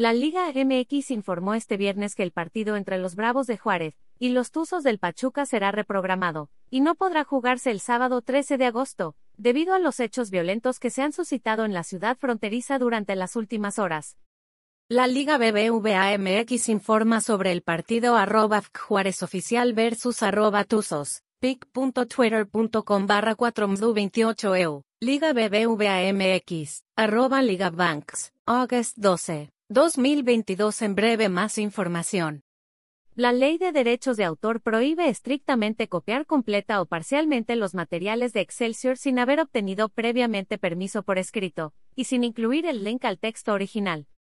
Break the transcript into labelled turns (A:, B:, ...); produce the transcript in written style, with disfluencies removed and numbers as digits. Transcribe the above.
A: La Liga MX informó este viernes que el partido entre los Bravos de Juárez y los Tuzos del Pachuca será reprogramado, y no podrá jugarse el sábado 13 de agosto, debido a los hechos violentos que se han suscitado en la ciudad fronteriza durante las últimas horas.
B: La Liga BBVA MX informa sobre el partido @Juárez Oficial versus @Tuzos, pic.twitter.com/4mdu28eu, Liga BBVA MX, @LigaBanks, August 12, 2022. En breve más información.
A: La Ley de Derechos de Autor prohíbe estrictamente copiar completa o parcialmente los materiales de Excelsior sin haber obtenido previamente permiso por escrito, y sin incluir el link al texto original.